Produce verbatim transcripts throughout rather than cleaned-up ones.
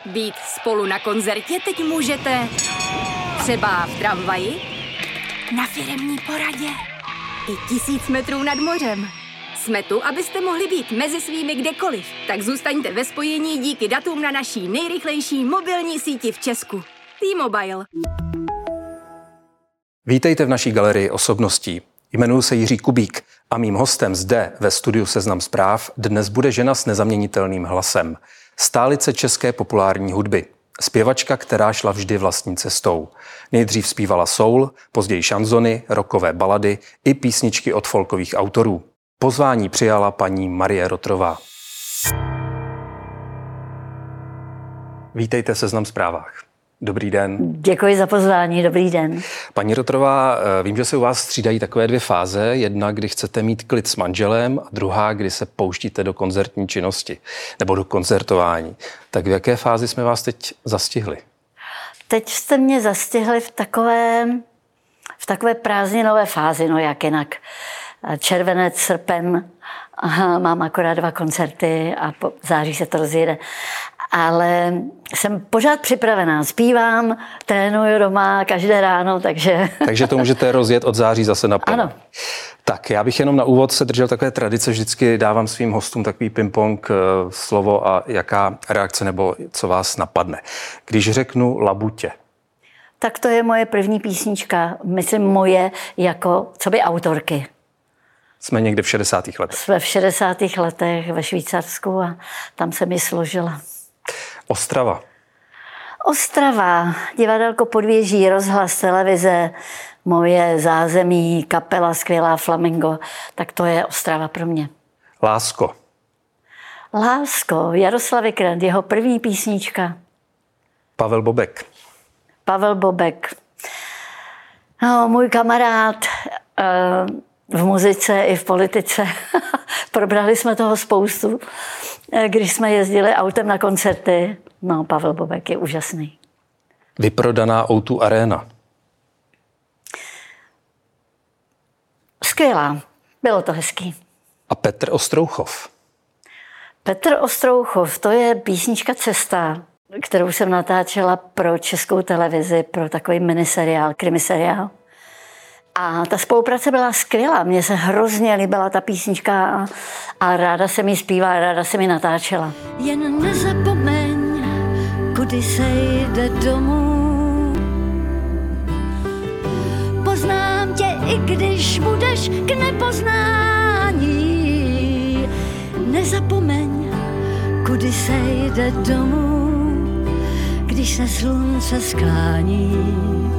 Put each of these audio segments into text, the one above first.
Být spolu na koncertě teď můžete třeba v tramvaji, na firemní poradě i tisíc metrů nad mořem. Jsme tu, abyste mohli být mezi svými kdekoliv. Tak zůstaňte ve spojení díky datům na naší nejrychlejší mobilní síti v Česku. T-Mobile. Vítejte v naší galerii osobností. Jmenuji se Jiří Kubík a mým hostem zde ve studiu Seznam zpráv dnes bude žena s nezaměnitelným hlasem. Stálice české populární hudby. Zpěvačka, která šla vždy vlastní cestou. Nejdřív zpívala soul, později šanzony, rockové balady i písničky od folkových autorů. Pozvání přijala paní Marie Rotrová. Vítejte v Seznam zprávách. Dobrý den. Děkuji za pozvání, dobrý den. Paní Rotrová, vím, že se u vás střídají takové dvě fáze. Jedna, kdy chcete mít klid s manželem a druhá, kdy se pouštíte do koncertní činnosti nebo do koncertování. Tak v jaké fázi jsme vás teď zastihli? Teď jste mě zastihli v takové, v takové prázdninové fázi, no jak jinak. Červenec, srpen, aha, mám akorát dva koncerty a po září se to rozjede. Ale jsem pořád připravená. Zpívám, trénuju doma každé ráno, takže... Takže to můžete rozjet od září zase naplno. Ano. Tak já bych jenom na úvod se držel takové tradice. Vždycky dávám svým hostům takový ping-pong slovo a jaká reakce nebo co vás napadne. Když řeknu Labutě. Tak to je moje první písnička. Myslím moje jako co by autorky. Jsme někde v šedesátých letech. Jsme v šedesátých letech ve Švýcarsku a tam se mi složila. Ostrava. Ostrava, divadelko Podvěží, rozhlas, televize, moje zázemí, kapela skvělá Flamingo, tak to je Ostrava pro mě. Lásko. Lásko, Jaroslav Vikrant, jeho první písnička. Pavel Bobek. Pavel Bobek. No, můj kamarád v muzice i v politice. Probrali jsme toho spoustu, když jsme jezdili autem na koncerty. No, Pavel Bobek je úžasný. Vyprodaná ó dva Arena. Skvělá. Bylo to hezký. A Petr Ostrouchov. Petr Ostrouchov, to je písnička Cesta, kterou jsem natáčela pro Českou televizi, pro takový miniseriál, krimiseriál. A ta spolupráce byla skvělá. Mně se hrozně líbila ta písnička a, a ráda se mi zpívá, ráda se mi natáčela. Jen nezapomeň, kudy se jde domů. Poznám tě, i když budeš k nepoznání. Nezapomeň, kudy se jde domů, když se slunce sklání.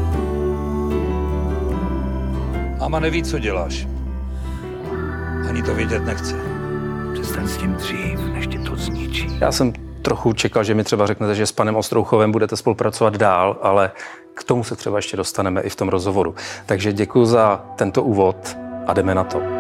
Máma neví, co děláš. Ani to vědět nechce. Přestaň s tím dřív, než tě to zničí. Já jsem trochu čekal, že mi třeba řeknete, že s panem Ostrouchovem budete spolupracovat dál, ale k tomu se třeba ještě dostaneme i v tom rozhovoru. Takže děkuji za tento úvod a jdeme na to.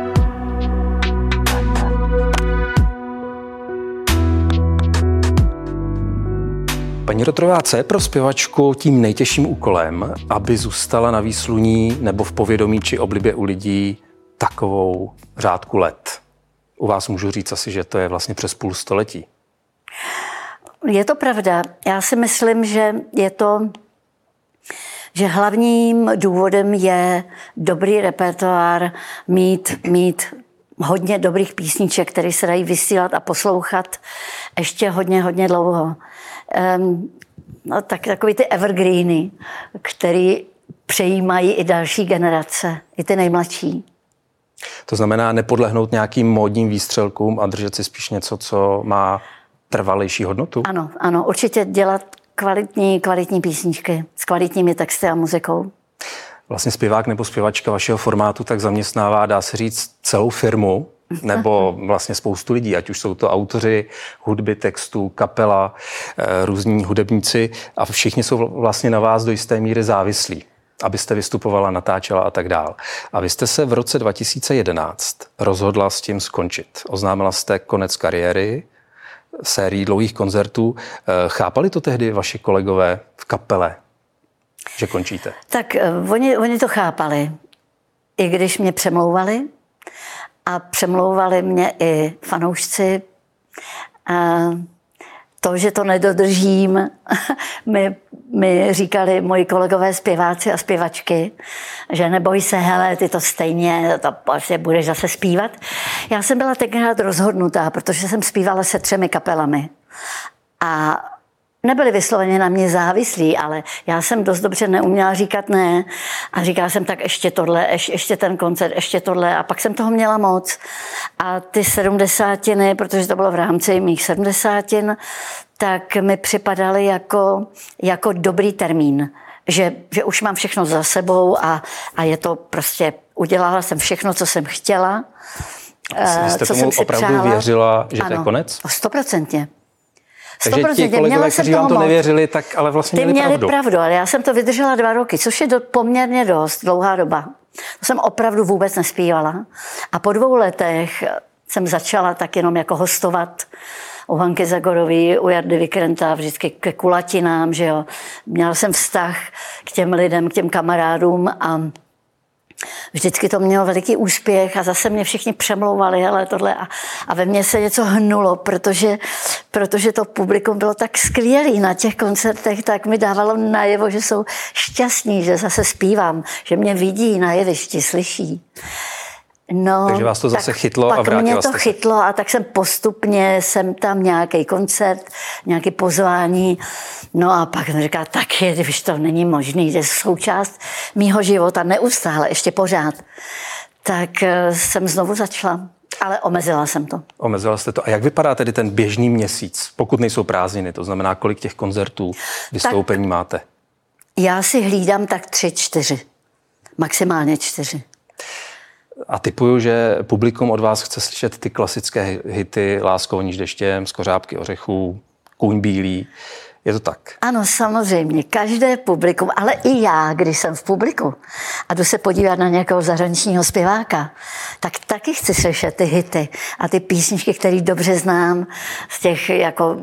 Paní Rotrová, co je pro zpěvačku tím nejtěžším úkolem, aby zůstala na výsluní nebo v povědomí či oblibě u lidí takovou řádku let? U vás můžu říct asi, že to je vlastně přes půl století. Je to pravda. Já si myslím, že je to, že hlavním důvodem je dobrý repertoár, mít, mít hodně dobrých písniček, které se dají vysílat a poslouchat ještě hodně, hodně dlouho. Um, no, tak, takový ty evergreeny, který přejímají i další generace, i ty nejmladší. To znamená nepodlehnout nějakým módním výstřelkům a držet si spíš něco, co má trvalejší hodnotu? Ano, ano, určitě dělat kvalitní, kvalitní písničky s kvalitními texty a muzikou. Vlastně zpěvák nebo zpěvačka vašeho formátu tak zaměstnává, dá se říct, celou firmu, nebo vlastně spoustu lidí, ať už jsou to autoři hudby, textů, kapela, různí hudebníci a všichni jsou vlastně na vás do jisté míry závislí, abyste vystupovala, natáčela a tak dál. A vy jste se v roce dva tisíce jedenáct rozhodla s tím skončit. Oznámila jste konec kariéry, sérii dlouhých koncertů. Chápali to tehdy vaši kolegové v kapele, že končíte? Tak oni, oni to chápali, i když mě přemlouvali. A přemlouvali mě i fanoušci. A to, že to nedodržím, mi, mi říkali moji kolegové zpěváci a zpěvačky, že neboj se, hele, ty to stejně, to prostě budeš zase zpívat. Já jsem byla tenkrát rozhodnutá, protože jsem zpívala se třemi kapelami. A nebyli vysloveně na mě závislí, ale já jsem dost dobře neuměla říkat ne. A říkala jsem tak ještě tohle, ještě ten koncert, ještě tohle. A pak jsem toho měla moc. A ty sedmdesátiny, protože to bylo v rámci mých sedmdesátin, tak mi připadaly jako, jako dobrý termín. Že, že už mám všechno za sebou a, a je to prostě, udělala jsem všechno, co jsem chtěla. Vy jste co tomu jsem si opravdu přála. věřila, že ano, to je konec? Stoprocentně. Takže ti kolegové, kteří vám to nevěřili, tak ale vlastně Ty měli měli pravdu. pravdu, ale já jsem to vydržela dva roky, což je do, poměrně dost dlouhá doba. To jsem opravdu vůbec nespívala. A po dvou letech jsem začala tak jenom jako hostovat u Hanky Zagorový, u Jardy Vikrenta, vždycky ke kulatinám, že jo. Měla jsem vztah k těm lidem, k těm kamarádům a vždycky to mělo veliký úspěch a zase mě všichni přemlouvali, hele, tohle a, a ve mně se něco hnulo, protože, protože to publikum bylo tak skvělý na těch koncertech, tak mi dávalo najevo, že jsou šťastní, že zase zpívám, že mě vidí na jevišti, slyší. No, takže vás to zase chytlo pak a vrátila mě to jste se. chytlo a tak jsem postupně, jsem tam nějaký koncert, nějaké pozvání, no a pak jsem říkala, tak je, když to není možný, že je součást mýho života neustále, ještě pořád, tak jsem znovu začala, ale omezila jsem to. Omezila jste to. A jak vypadá tedy ten běžný měsíc, pokud nejsou prázdniny, to znamená, kolik těch koncertů, vystoupení tak máte? Já si hlídám tak tři, čtyři, maximálně čtyři. A tipuju, že publikum od vás chce slyšet ty klasické hity Lásko voníš deštěm, Skořápky ořechů, Kůň bílý. Je to tak? Ano, samozřejmě. Každé publikum, ale i já, když jsem v publiku a jdu se podívat na nějakého zahraničního zpěváka, tak taky chci slyšet ty hity a ty písničky, které dobře znám z těch jako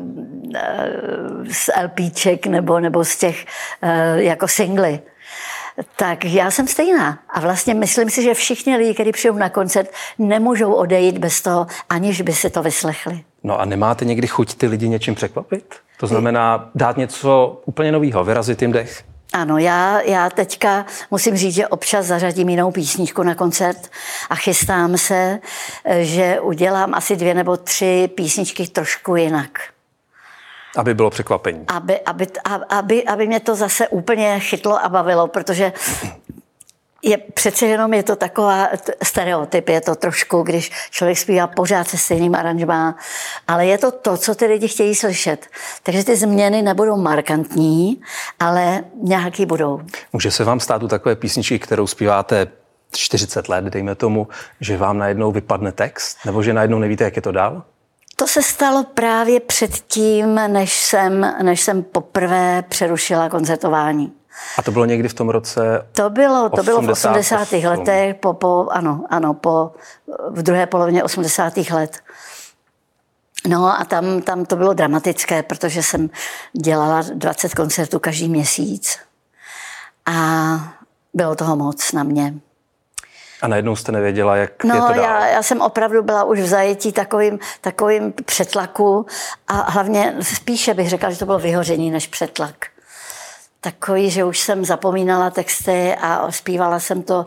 z LPček nebo, nebo z těch jako singly. Tak já jsem stejná. A vlastně myslím si, že všichni lidi, kteří přijdou na koncert, nemůžou odejít bez toho, aniž by si to vyslechli. No a nemáte někdy chuť ty lidi něčím překvapit? To znamená dát něco úplně nového, vyrazit jim dech? Ano, já, já teďka musím říct, že občas zařadím jinou písničku na koncert a chystám se, že udělám asi dvě nebo tři písničky trošku jinak. Aby bylo překvapení. Aby, aby, aby, aby mě to zase úplně chytlo a bavilo, protože je přece jenom je to taková stereotyp, je to trošku, když člověk zpívá pořád se stejným aranžmá, ale je to to, co ty lidi chtějí slyšet. Takže ty změny nebudou markantní, ale nějaký budou. Může se vám stát u takové písničky, kterou zpíváte čtyřicet let, dejme tomu, že vám najednou vypadne text? Nebo že najednou nevíte, jak je to dál? To se stalo právě předtím, než jsem, než jsem poprvé přerušila koncertování. A to bylo někdy v tom roce? To bylo, to bylo v osmdesátých letech, po, po, ano, ano, po, v druhé polovině osmdesátých let. No a tam, tam to bylo dramatické, protože jsem dělala dvacet koncertů každý měsíc a bylo toho moc na mě. A najednou jste nevěděla, jak no, je to dál. Já, já jsem opravdu byla už v zajetí takovým, takovým přetlaku a hlavně spíše bych řekla, že to bylo vyhoření než přetlak. Takový, že už jsem zapomínala texty a zpívala jsem to,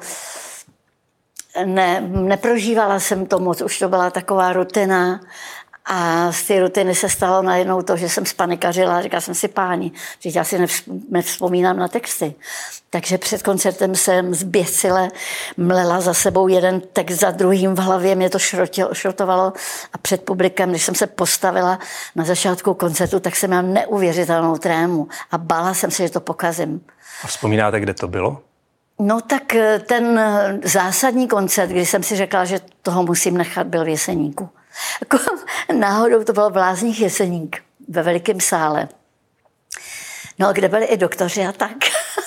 ne, neprožívala jsem to moc, už to byla taková rutina a z té rutiny se stalo najednou to, že jsem spanikařila a říkala jsem si, páni, že já si nevzpomínám na texty. Takže před koncertem jsem zběsile mlela za sebou jeden text za druhým v hlavě, mě to šrotilo, šrotovalo a před publikem, když jsem se postavila na začátku koncertu, tak jsem měla neuvěřitelnou trému a bála jsem se, že to pokazím. A vzpomínáte, kde to bylo? No tak ten zásadní koncert, kdy jsem si řekla, že toho musím nechat, byl v Jeseníku. Jako náhodou to bylo v Lázních Jeseník ve velikém sále. No, kde byli i doktoři a tak.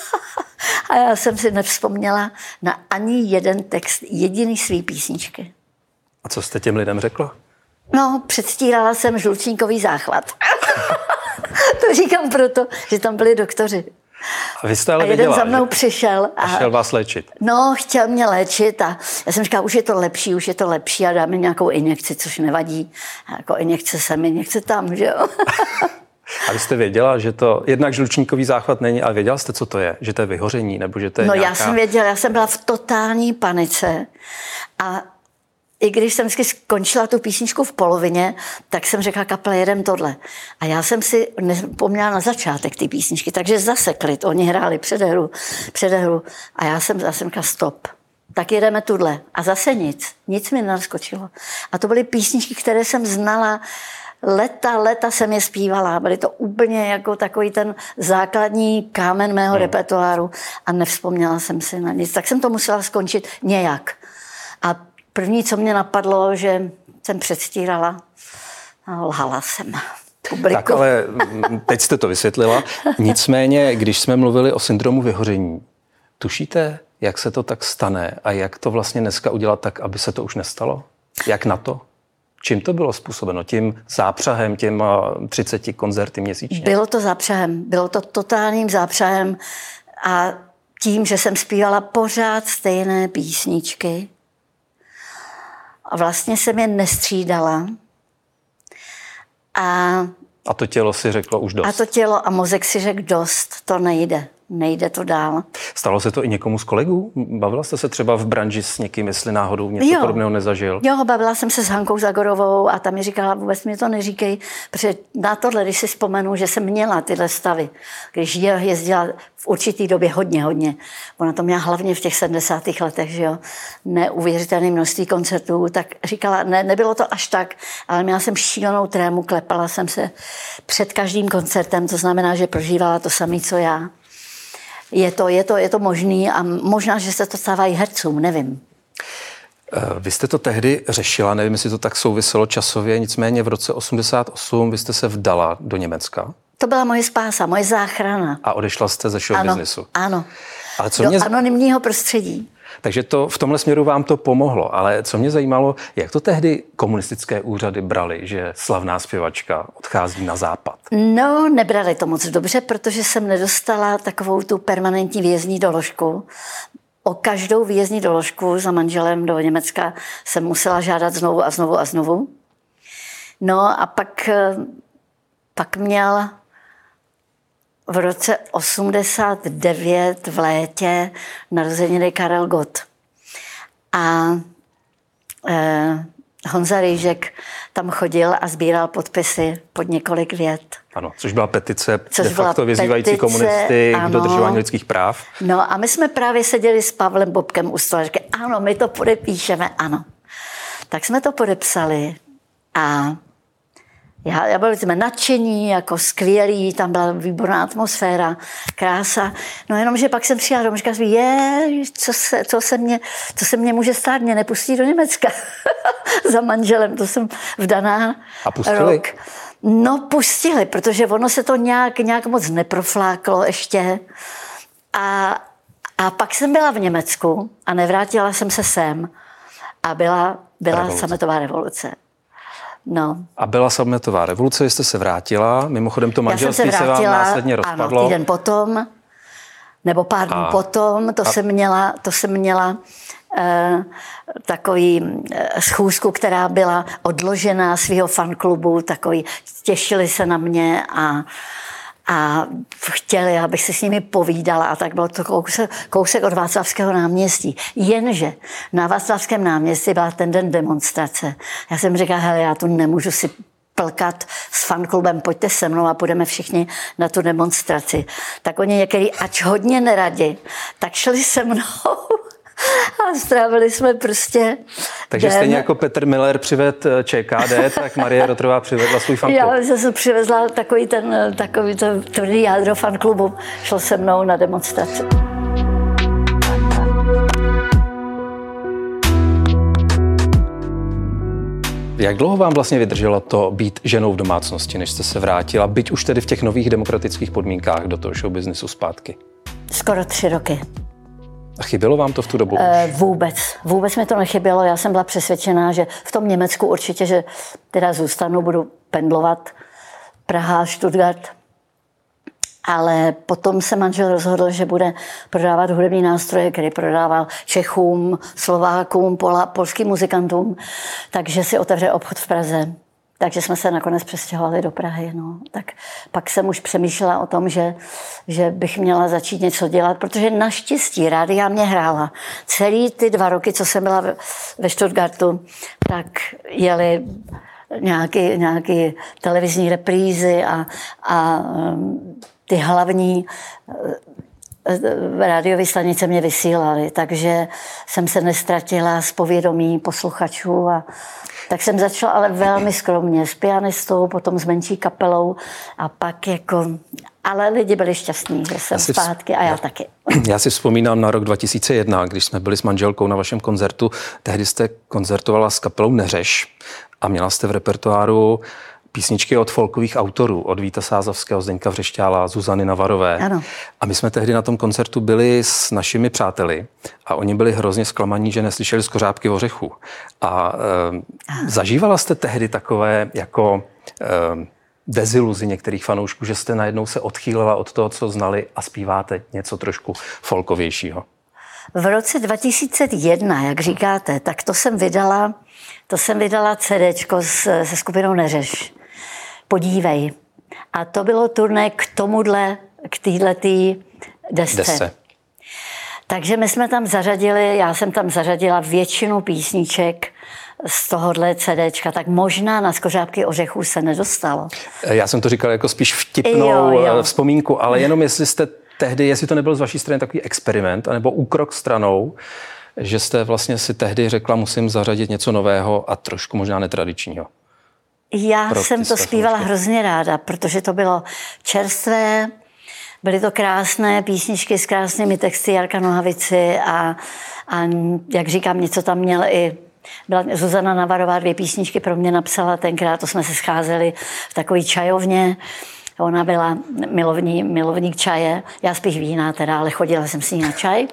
A já jsem si nevzpomněla na ani jeden text jediný svý písničky. A co jste těm lidem řekla? No, předstírala jsem žlučníkový záchvat. To říkám proto, že tam byli doktoři. A vy jste ale a jeden viděla, za mnou že? přišel. A šel vás léčit. No, chtěl mě léčit a já jsem říkala, už je to lepší, už je to lepší a dá mi nějakou injekci, což nevadí. A jako injekce sem, injekce tam, že jo. A vy jste věděla, že to jednak žlučníkový záchvat není, ale věděla jste, co to je? Že to je vyhoření, nebo že to je No nějaká... já jsem věděla, já jsem byla v totální panice a i když jsem vždycky skončila tu písničku v polovině, tak jsem řekla kapele, jedem tohle. A já jsem si nepomněla na začátek ty písničky, takže zase klid, oni hráli předehru, předehru a já jsem zase řekla stop. Tak jedeme tuhle. A zase nic. Nic mi nenaskočilo. A to byly písničky, které jsem znala leta, leta jsem je zpívala. Byly to úplně jako takový ten základní kámen mého hmm. repertoáru a nevzpomněla jsem si na nic. Tak jsem to musela skončit nějak. A první, co mě napadlo, že jsem předstírala a lhala jsem. Publiku. Tak ale teď jste to vysvětlila. Nicméně, když jsme mluvili o syndromu vyhoření, tušíte, jak se to tak stane a jak to vlastně dneska udělat tak, aby se to už nestalo? Jak na to? Čím to bylo způsobeno? Tím zápřahem, těm třiceti koncerty měsíčně? Bylo to zápřahem. Bylo to totálním zápřahem a tím, že jsem zpívala pořád stejné písničky a vlastně jsem je nestřídala. A, a to tělo si řeklo už dost. A to tělo a mozek si řekl dost, to nejde. Nejde to dál. Stalo se to i někomu z kolegů? Bavila jste se třeba v branži s někým, jestli náhodou něco jo. podobného nezažil? Jo, bavila jsem se s Hankou Zagorovou a tam mi říkala, vůbec mi to neříkej, protože na tohle, když si vzpomenu, že jsem měla tyhle stavy, když jezdila v určitý době hodně, hodně. Ona to měla hlavně v těch sedmdesátých letech, že jo, neuvěřitelné množství koncertů, tak říkala, ne, nebylo to až tak, ale měla jsem šílenou trému, klepala jsem se před každým koncertem, to znamená, že prožívala to samé, co já. Je to, je to, je to možný a možná, že se to stává i hercům, nevím. Vy jste to tehdy řešila, nevím, jestli to tak souviselo časově, nicméně v roce osmdesát osm vy jste se vdala do Německa. To byla moje spása, moje záchrana. A odešla jste ze show businessu. Ano, Ale co do mě... anonymního prostředí. Takže to, v tomhle směru vám to pomohlo, ale co mě zajímalo, jak to tehdy komunistické úřady brali, že slavná zpěvačka odchází na západ? No, nebrali to moc dobře, protože jsem nedostala takovou tu permanentní výjezdní doložku. O každou výjezdní doložku za manželem do Německa jsem musela žádat znovu a znovu a znovu. No a pak, pak měl v roce osmdesát devět v létě narozeniny Karel Gott. A eh, Honza Rejžek tam chodil a sbíral podpisy pod několik vět. Ano, což byla petice, což de facto vyzývající petice, komunisty ano. k dodržování lidských práv. No a my jsme právě seděli s Pavlem Bobkem u stola. Říkali, ano, my to podepíšeme, ano. Tak jsme to podepsali a Já, já byli jsme nadšení, jako skvělí, tam byla výborná atmosféra, krása. No jenom, že pak jsem přijela domů, říkala jsem, je, co se, co, se mě, co se mě může stát, mě nepustí do Německa za manželem, to jsem vdaná A pustili? Rok. No pustili, protože ono se to nějak, nějak moc neprofláklo ještě. A, a pak jsem byla v Německu a nevrátila jsem se sem a byla, byla revoluce. Sametová revoluce. No. A byla sametová revoluce, vy jste se vrátila, mimochodem to manželství se, se vám následně rozpadlo. Ano, týden potom, nebo pár dnů a, potom, to, a, jsem měla, to jsem měla eh, takový eh, schůzku, která byla odložená svého fanklubu, takový, těšili se na mě a a chtěli, abych se s nimi povídala a tak bylo to kousek, kousek od Václavského náměstí. Jenže na Václavském náměstí byla ten den demonstrace. Já jsem říkala, hele, já tu nemůžu si plkat s fanklubem, pojďte se mnou a půjdeme všichni na tu demonstraci. Tak oni některý, ač hodně neradi, tak šli se mnou a strávili jsme prostě Takže den. Stejně jako Petr Miller přived ČKD, tak Marie Rotrová přivedla svůj fanklub. Já jsem přivezla takový ten takový to tvrdý jádro fanklubu. Šlo se mnou na demonstraci. Jak dlouho vám vlastně vydrželo to být ženou v domácnosti, než jste se vrátila, byť už tedy v těch nových demokratických podmínkách do toho showbiznesu zpátky? Skoro tři roky. A chybělo vám to v tu dobu? E, vůbec. Vůbec mi to nechybělo. Já jsem byla přesvědčená, že v tom Německu určitě, že teda zůstanu, budu pendlovat Praha, Stuttgart. Ale potom se manžel rozhodl, že bude prodávat hudební nástroje, který prodával Čechům, Slovákům, Pola, polským muzikantům, takže si otevře obchod v Praze. Takže jsme se nakonec přestěhovali do Prahy. No. Tak pak jsem už přemýšlela o tom, že, že bych měla začít něco dělat, protože naštěstí rádia mě hrála. Celý ty dva roky, co jsem byla ve Stuttgartu, tak jeli nějaké, nějaké televizní reprízy a, a ty hlavní rádiové stanice mě vysílaly, takže jsem se nestratila z povědomí posluchačů a tak jsem začala ale velmi skromně s pianistou, potom s menší kapelou a pak jako, ale lidi byli šťastní, že jsem zpátky a já, já taky. Já si vzpomínám na rok dva tisíce jedna, když jsme byli s manželkou na vašem koncertu, tehdy jste koncertovala s kapelou Neřeš a měla jste v repertoáru písničky od folkových autorů, od Víta Sázavského, Zdeňka Vřešťála, Zuzany Navarové. Ano. A my jsme tehdy na tom koncertu byli s našimi přáteli a oni byli hrozně zklamaní, že neslyšeli Skořápky ořechů. A e, zažívala jste tehdy takové jako e, deziluzi některých fanoušků, že jste najednou se odchýlila od toho, co znali a zpíváte něco trošku folkovějšího? V roce dva tisíce jedna, jak říkáte, tak to jsem vydala, to jsem vydala CDčko se skupinou Neřeš. Podívej. A to bylo turné k tomuhle, k téhletý desce. desce. Takže my jsme tam zařadili, já jsem tam zařadila většinu písniček z tohohle CDčka, tak možná na Skořápky ořechů se nedostalo. Já jsem to říkal jako spíš vtipnou jo, jo. vzpomínku, ale jenom jestli jste tehdy, jestli to nebyl z vaší strany takový experiment, anebo úkrok stranou, že jste vlastně si tehdy řekla, musím zařadit něco nového a trošku možná netradičního. Já jsem to zpívala fanoušky. Hrozně ráda, protože to bylo čerstvé, byly to krásné písničky s krásnými texty Jarka Nohavici a, a jak říkám, něco tam měl i byla Zuzana Navarová, dvě písničky pro mě napsala tenkrát, to jsme se scházeli v takové čajovně. Ona byla milovní, milovník čaje, já spíš vína teda, ale chodila jsem s ní na čaj.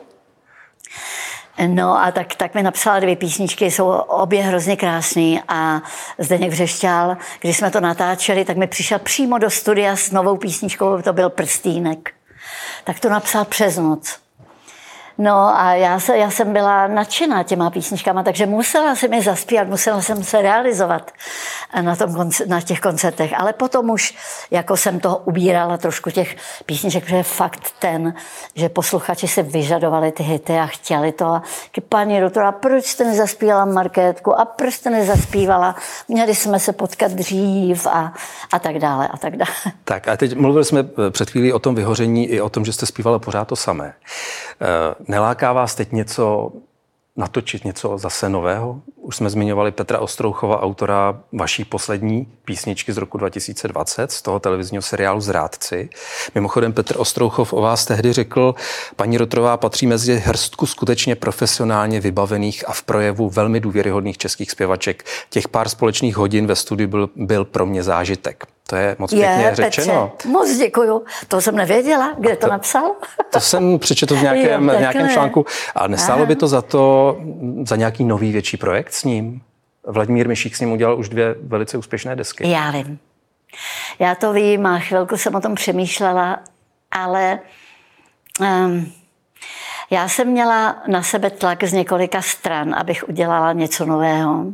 No a tak, tak mi napsala dvě písničky, jsou obě hrozně krásný a Zdeněk Vřešťál, když jsme to natáčeli, tak mi přišel přímo do studia s novou písničkou, to byl Prstýnek. Tak to napsal přes noc. No a já, se, já jsem byla nadšená těma písničkama, takže musela jsem je zaspívat, musela jsem se realizovat na, tom, na těch koncertech. Ale potom už jako jsem toho ubírala trošku těch písniček, protože je fakt ten, že posluchači se vyžadovali ty hity a chtěli to. A paní Rutová, proč jste nezaspívala Markétku a proč jste nezaspívala? Měli jsme se potkat dřív a, a tak dále a tak dále. Tak a teď mluvili jsme před chvílí o tom vyhoření i o tom, že jste zpívala pořád to samé. Neláká vás teď něco natočit, něco zase nového? Už jsme zmiňovali Petra Ostrouchova, autora vaší poslední písničky z roku dva tisíce dvacet, z toho televizního seriálu Zrádci. Mimochodem Petr Ostrouchov o vás tehdy řekl, paní Rotrová patří mezi hrstku skutečně profesionálně vybavených a v projevu velmi důvěryhodných českých zpěvaček. Těch pár společných hodin ve studiu byl, byl pro mě zážitek. To je moc pěkně je, řečeno. Petře, moc děkuju. To jsem nevěděla. Kde to, to napsal? To jsem přečetl v nějakém, jo, v nějakém článku. A nestálo Aha. by to za to, za nějaký nový větší projekt s ním? Vladimír Mišík s ním udělal už dvě velice úspěšné desky. Já vím. Já to vím a chvilku jsem o tom přemýšlela, ale um, já jsem měla na sebe tlak z několika stran, abych udělala něco nového.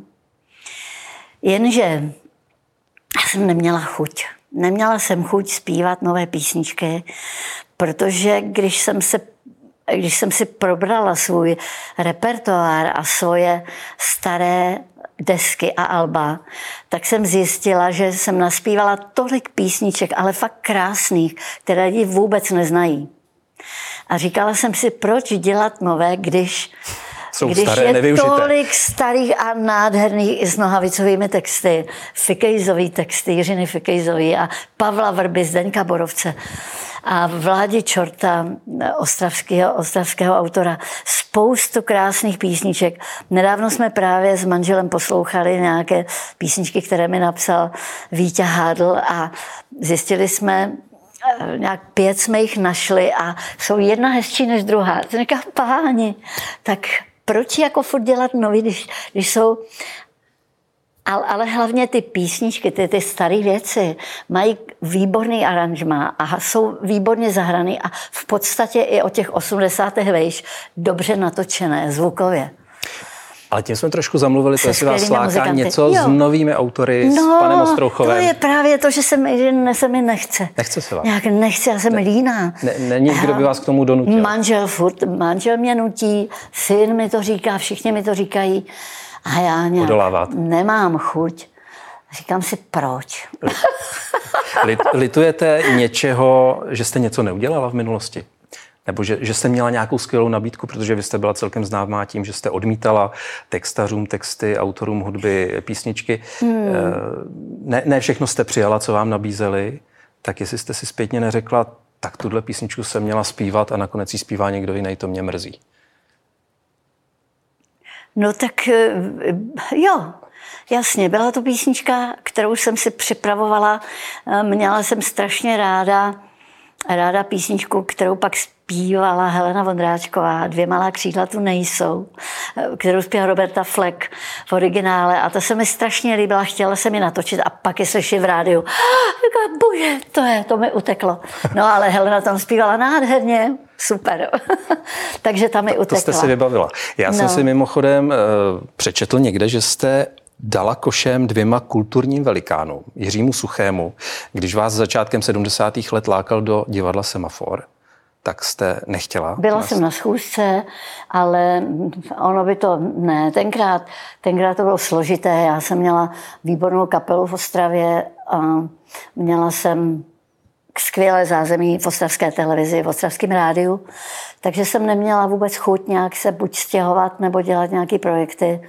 Jenže já jsem neměla chuť. Neměla jsem chuť zpívat nové písničky, protože když jsem, se, když jsem si probrala svůj repertoár a svoje staré desky a alba, tak jsem zjistila, že jsem naspívala tolik písniček, ale fakt krásných, které lidi vůbec neznají. A říkala jsem si, proč dělat nové, když Jsou Když staré, je nevyužité. Tolik starých a nádherných i s Nohavicovými texty, Fikejzový texty, Jiřiny Fikejzový a Pavla Vrby, Zdeňka Borovce a Vládi Čorta, ostravského, ostravského autora. Spoustu krásných písniček. Nedávno jsme právě s manželem poslouchali nějaké písničky, které mi napsal Víťa Hádl a zjistili jsme, nějak pět jsme jich našli a jsou jedna hezčí než druhá. To říká, páni, tak proč jako furt dělat nový, když, když jsou Ale, ale hlavně ty písničky, ty, ty staré věci mají výborný aranžmá a jsou výborně zahraný a v podstatě i o těch osmdesátých vejš dobře natočené zvukově. Ale tím jsme trošku zamluvili, to jestli vás láká muzikanty. něco Jo. s novými autory, no, s panem Ostrouchovem. To je právě to, že se mi, že se mi nechce. Nechce se vám? Nějak nechce, já jsem ne, líná. Ne, není, kdo by vás k tomu donutil? Manžel furt, manžel mě nutí, syn mi to říká, všichni mi to říkají. A já nějak Odoláváte. nemám chuť. Říkám si, proč? Litujete něčeho, že jste něco neudělala v minulosti? Nebo že, že jste měla nějakou skvělou nabídku, protože vy jste byla celkem známá tím, že jste odmítala textařům texty, autorům hudby, písničky. Hmm. Ne, ne všechno jste přijala, co vám nabízeli, tak jestli jste si zpětně neřekla, tak tuhle písničku jsem měla zpívat a nakonec ji zpívá někdo jiný, to mě mrzí. No tak jo, jasně, byla to písnička, kterou jsem si připravovala. Měla jsem strašně ráda, ráda písničku, kterou pak zpívala Helena Vondráčková, Dvě malá křídla tu nejsou, kterou zpívala Roberta Fleck v originále a to se mi strašně líbila, chtěla jsem ji natočit a pak je slyším v rádiu. Říkám, bože, to je, to mi uteklo. No ale Helena tam zpívala nádherně, super. Takže tam mi utekla. To jste si vybavila. Já jsem no. si mimochodem uh, přečetl někde, že jste dala košem dvěma kulturním velikánům, Jiřímu Suchému, když vás začátkem sedmdesátých let lákal do divadla Semafor, tak jste nechtěla? Byla nás... jsem na schůzce, ale ono by to, ne, tenkrát, tenkrát to bylo složité. Já jsem měla výbornou kapelu v Ostravě a měla jsem skvělé zázemí v ostravské televizi, v ostravském rádiu, takže jsem neměla vůbec chuť nějak se buď stěhovat nebo dělat nějaké projekty.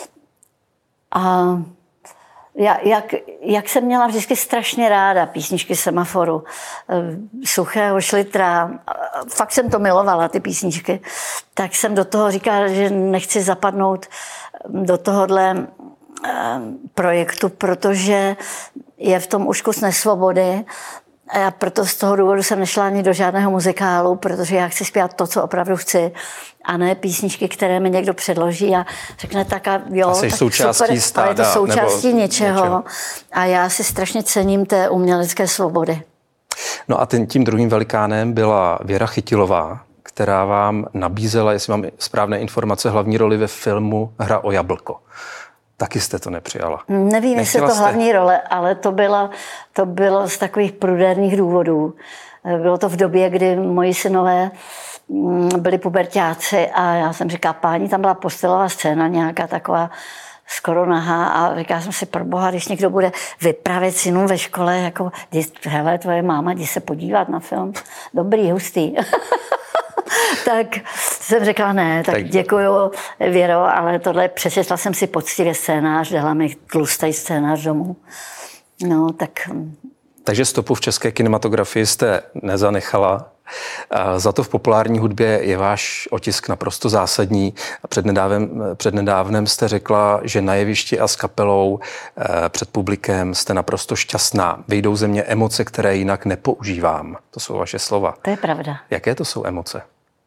A jak, jak jsem měla vždycky strašně ráda písničky Semaforu, Suchého, Šlitra, fakt jsem to milovala, ty písničky, tak jsem do toho říkala, že nechci zapadnout do tohohle projektu, protože je v tom už kus nesvobody. A proto z toho důvodu jsem nešla ani do žádného muzikálu, protože já chci zpívat to, co opravdu chci, a ne písničky, které mi někdo předloží a řekne tak a jo, asi tak součástí super, stáda, ale je to součástí nebo něčeho. něčeho. A já si strašně cením té umělecké svobody. No a ten, tím druhým velikánem byla Věra Chytilová, která vám nabízela, jestli mám správné informace, hlavní roli ve filmu Hra o jablko. Taky jste to nepřijala. Nevím, jestli to hlavní role, ale to bylo, to bylo z takových prudérních důvodů. Bylo to v době, kdy moji synové byli puberťáci a já jsem říkala, páni, tam byla postelová scéna nějaká taková skoro nahá a říkala jsem si, proboha, když někdo bude vyprávět synům ve škole, jako, hele, tvoje máma, jdi se podívat na film. Dobrý, hustý. Tak jsem řekla ne, tak, tak děkuju, Věro, ale tohle přečetla jsem si poctivě scénář, dala mi tlustý scénář domů. No, tak... Takže stopu v české kinematografii jste nezanechala. Za to v populární hudbě je váš otisk naprosto zásadní. Přednedávnem, přednedávnem jste řekla, že na jevišti a s kapelou před publikem jste naprosto šťastná. Vyjdou ze mě emoce, které jinak nepoužívám. To jsou vaše slova. To je pravda. Jaké to jsou emoce?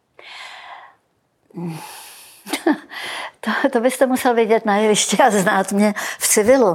To, to byste musel vidět na jevišti a znát mě v civilu.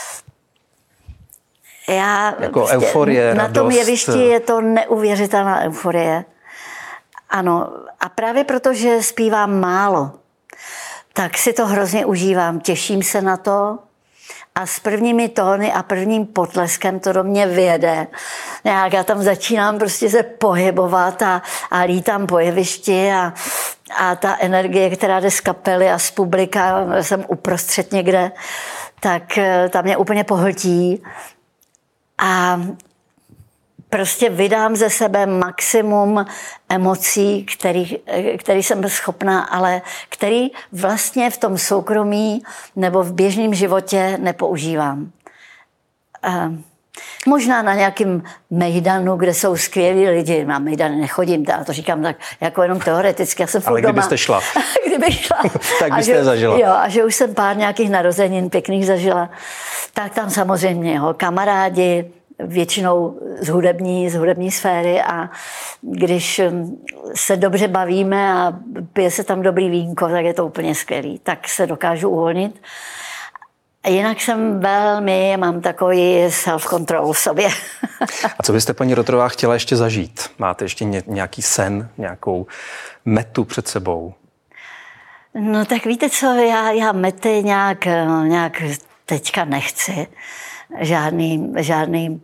Já, jako prostě, euforie, na radost. tom jevišti je to neuvěřitelná euforie. Ano, a právě proto, že zpívám málo, tak si to hrozně užívám. Těším se na to a s prvními tóny a prvním potleskem to do mě vyjede. Jak já tam začínám prostě se pohybovat a, a lítám po jevišti a, a ta energie, která jde z kapely a z publika, jsem uprostřed někde, tak ta mě úplně pohltí. A prostě vydám ze sebe maximum emocí, který, který jsem schopná, ale který vlastně v tom soukromí nebo v běžném životě nepoužívám. A možná na nějakým mejdanu, kde jsou skvělí lidi. Na mejdany nechodím, já to říkám tak jako jenom teoreticky. Já jsem ale kdybyste šla. Kdybych šla. Tak byste že, je zažila. Jo, a že už jsem pár nějakých narozenin pěkných zažila. Tak tam samozřejmě jo, kamarádi, většinou z hudební, z hudební sféry a když se dobře bavíme a pije se tam dobrý vínko, tak je to úplně skvělý. Tak se dokážu uvolnit. Jinak jsem velmi, mám takový self-control v sobě. A co byste, paní Rotrová, chtěla ještě zažít? Máte ještě nějaký sen, nějakou metu před sebou? No tak víte co, já, já mety nějak, nějak teďka nechci. Žádný, žádný...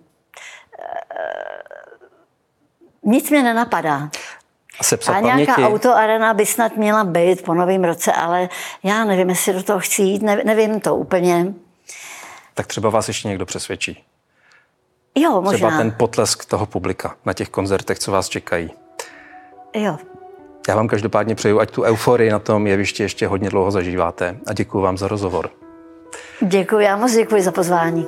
Nic mě nenapadá. A, a nějaká autoarena by snad měla být po novém roce, ale já nevím, jestli do toho chci jít, ne, nevím to úplně. Tak třeba vás ještě někdo přesvědčí. Jo, možná. Třeba ten potlesk toho publika na těch koncertech, co vás čekají. Jo. Já vám každopádně přeju, ať tu euforii na tom jevišti ještě hodně dlouho zažíváte a děkuji vám za rozhovor. Děkuji, já moc děkuji za pozvání.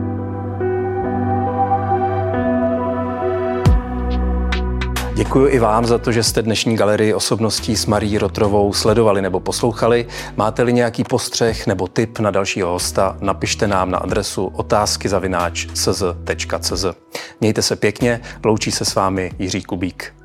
Děkuji i vám za to, že jste dnešní galerii osobností s Marií Rotrovou sledovali nebo poslouchali. Máte-li nějaký postřeh nebo tip na dalšího hosta, napište nám na adresu otázky zavináč c z tečka c z. Mějte se pěkně, loučí se s vámi Jiří Kubík.